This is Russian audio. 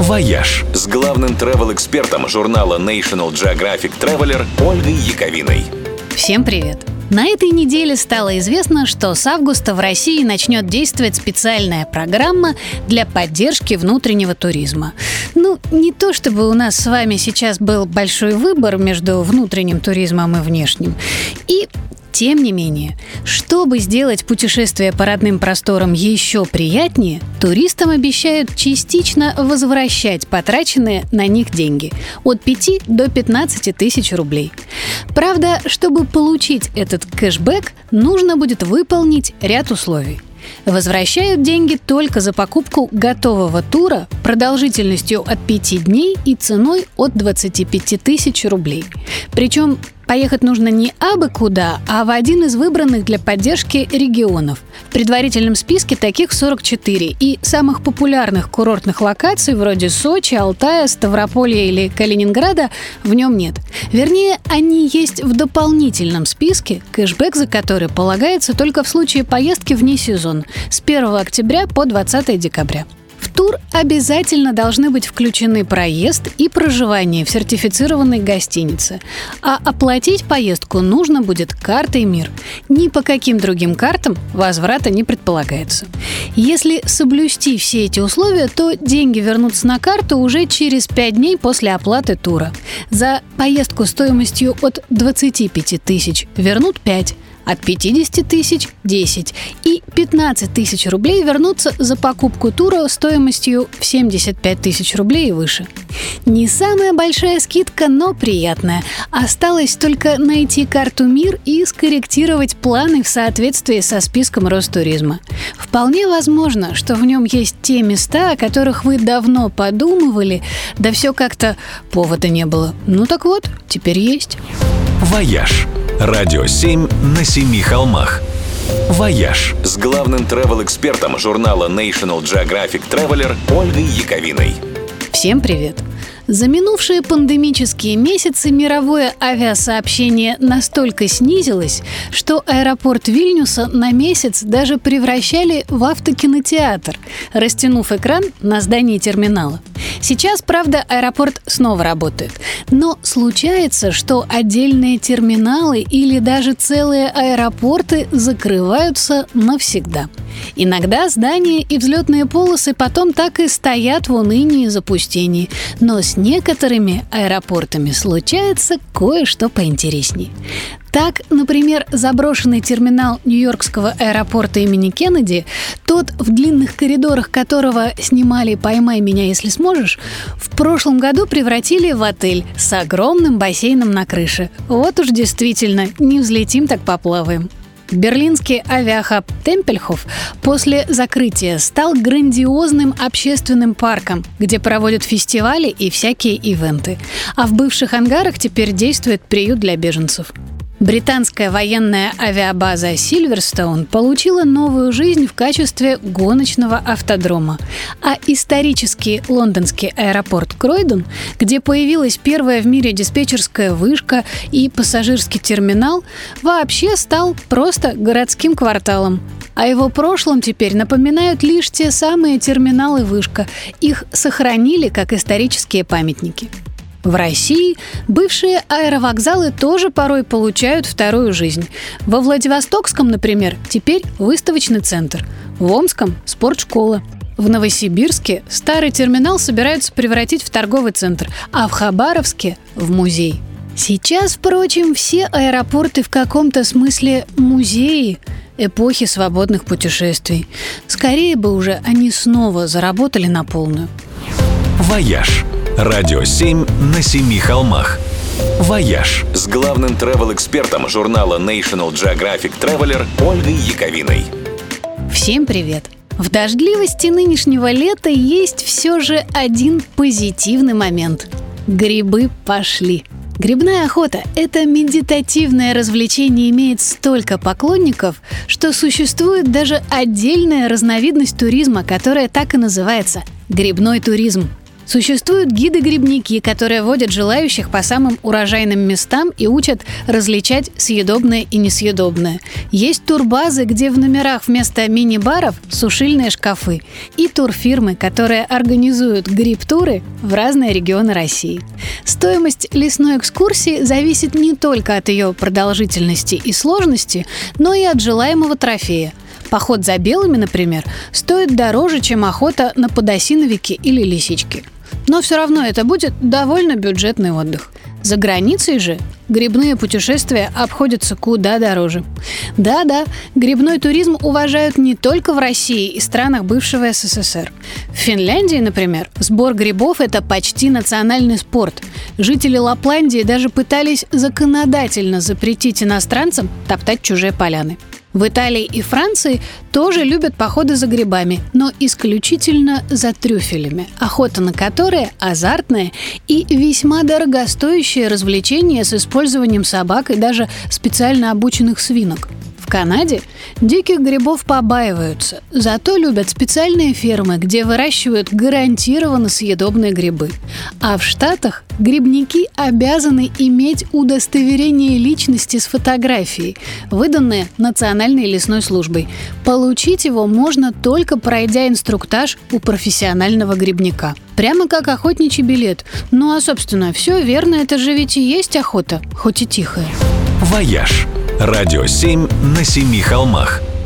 «Вояж» с главным travel-экспертом журнала National Geographic Traveler Ольгой Яковиной. Всем привет! На этой неделе стало известно, что с августа в России начнет действовать специальная программа для поддержки внутреннего туризма. Не то чтобы у нас с вами сейчас был большой выбор между внутренним туризмом и внешним. И тем не менее, чтобы сделать путешествие по родным просторам еще приятнее, туристам обещают частично возвращать потраченные на них деньги от 5 до 15 тысяч рублей. Правда, чтобы получить этот кэшбэк, нужно будет выполнить ряд условий. Возвращают деньги только за покупку готового тура продолжительностью от 5 дней и ценой от 25 тысяч рублей. Причем поехать нужно не абы куда, а в один из выбранных для поддержки регионов. В предварительном списке таких 44, и самых популярных курортных локаций вроде Сочи, Алтая, Ставрополья или Калининграда в нем нет. Вернее, они есть в дополнительном списке, кэшбэк за который полагается только в случае поездки вне сезона с 1 октября по 20 декабря. В тур обязательно должны быть включены проезд и проживание в сертифицированной гостинице. А оплатить поездку нужно будет картой МИР. Ни по каким другим картам возврата не предполагается. Если соблюсти все эти условия, то деньги вернутся на карту уже через 5 дней после оплаты тура. За поездку стоимостью от 25 тысяч вернут 5, от 50 тысяч – 10 и 15 тысяч рублей вернутся за покупку тура стоимостью в 75 тысяч рублей и выше. Не самая большая скидка, но приятная. Осталось только найти карту МИР и скорректировать планы в соответствии со списком Ростуризма. Вполне возможно, что в нем есть те места, о которых вы давно подумывали, да все как-то повода не было. Так вот, теперь есть. «Вояж». Радио 7 на 7 холмах. «Вояж» с главным travel-экспертом журнала National Geographic Traveler Ольгой Яковиной. Всем привет! За минувшие пандемические месяцы мировое авиасообщение настолько снизилось, что аэропорт Вильнюса на месяц даже превращали в автокинотеатр, растянув экран на здании терминала. Сейчас, правда, аэропорт снова работает. Но случается, что отдельные терминалы или даже целые аэропорты закрываются навсегда. Иногда здания и взлетные полосы потом так и стоят в унынии и запустении. Но с некоторыми аэропортами случается кое-что поинтересней. Так, например, заброшенный терминал Нью-Йоркского аэропорта имени Кеннеди, тот, в длинных коридорах которого снимали «Поймай меня, если сможешь», в прошлом году превратили в отель с огромным бассейном на крыше. Вот уж действительно, не взлетим, так поплаваем. Берлинский авиахаб Темпельхоф после закрытия стал грандиозным общественным парком, где проводят фестивали и всякие ивенты. А в бывших ангарах теперь действует приют для беженцев. Британская военная авиабаза Сильверстоун получила новую жизнь в качестве гоночного автодрома, а исторический лондонский аэропорт Кройдон, где появилась первая в мире диспетчерская вышка и пассажирский терминал, вообще стал просто городским кварталом. О его прошлом теперь напоминают лишь те самые терминалы вышка. Их сохранили как исторические памятники. В России бывшие аэровокзалы тоже порой получают вторую жизнь. Во Владивостокском, например, теперь выставочный центр. В Омском – спортшкола. В Новосибирске старый терминал собираются превратить в торговый центр, а в Хабаровске – в музей. Сейчас, впрочем, все аэропорты в каком-то смысле музеи эпохи свободных путешествий. Скорее бы уже они снова заработали на полную. «Вояж». Радио 7 на 7 холмах. «Вояж» с главным travel-экспертом журнала National Geographic Traveler Ольгой Яковиной. Всем привет! В дождливости нынешнего лета есть все же один позитивный момент. Грибы пошли. Грибная охота – это медитативное развлечение, имеет столько поклонников, что существует даже отдельная разновидность туризма, которая так и называется – грибной туризм. Существуют гиды-грибники, которые водят желающих по самым урожайным местам и учат различать съедобное и несъедобное. Есть турбазы, где в номерах вместо мини-баров сушильные шкафы. И турфирмы, которые организуют гриб-туры в разные регионы России. Стоимость лесной экскурсии зависит не только от ее продолжительности и сложности, но и от желаемого трофея. Поход за белыми, например, стоит дороже, чем охота на подосиновики или лисички. Но все равно это будет довольно бюджетный отдых. За границей же грибные путешествия обходятся куда дороже. Да-да, грибной туризм уважают не только в России и странах бывшего СССР. В Финляндии, например, сбор грибов – это почти национальный спорт. Жители Лапландии даже пытались законодательно запретить иностранцам топтать чужие поляны. В Италии и Франции тоже любят походы за грибами, но исключительно за трюфелями, охота на которые азартное и весьма дорогостоящее развлечение с использованием собак и даже специально обученных свинок. В Канаде диких грибов побаиваются, зато любят специальные фермы, где выращивают гарантированно съедобные грибы. А в Штатах грибники обязаны иметь удостоверение личности с фотографией, выданное Национальной лесной службой. Получить его можно только пройдя инструктаж у профессионального грибника. Прямо как охотничий билет. Ну а, собственно, все верно, это же ведь и есть охота, хоть и тихая. «Вояж». Радио 7 на 7 холмах.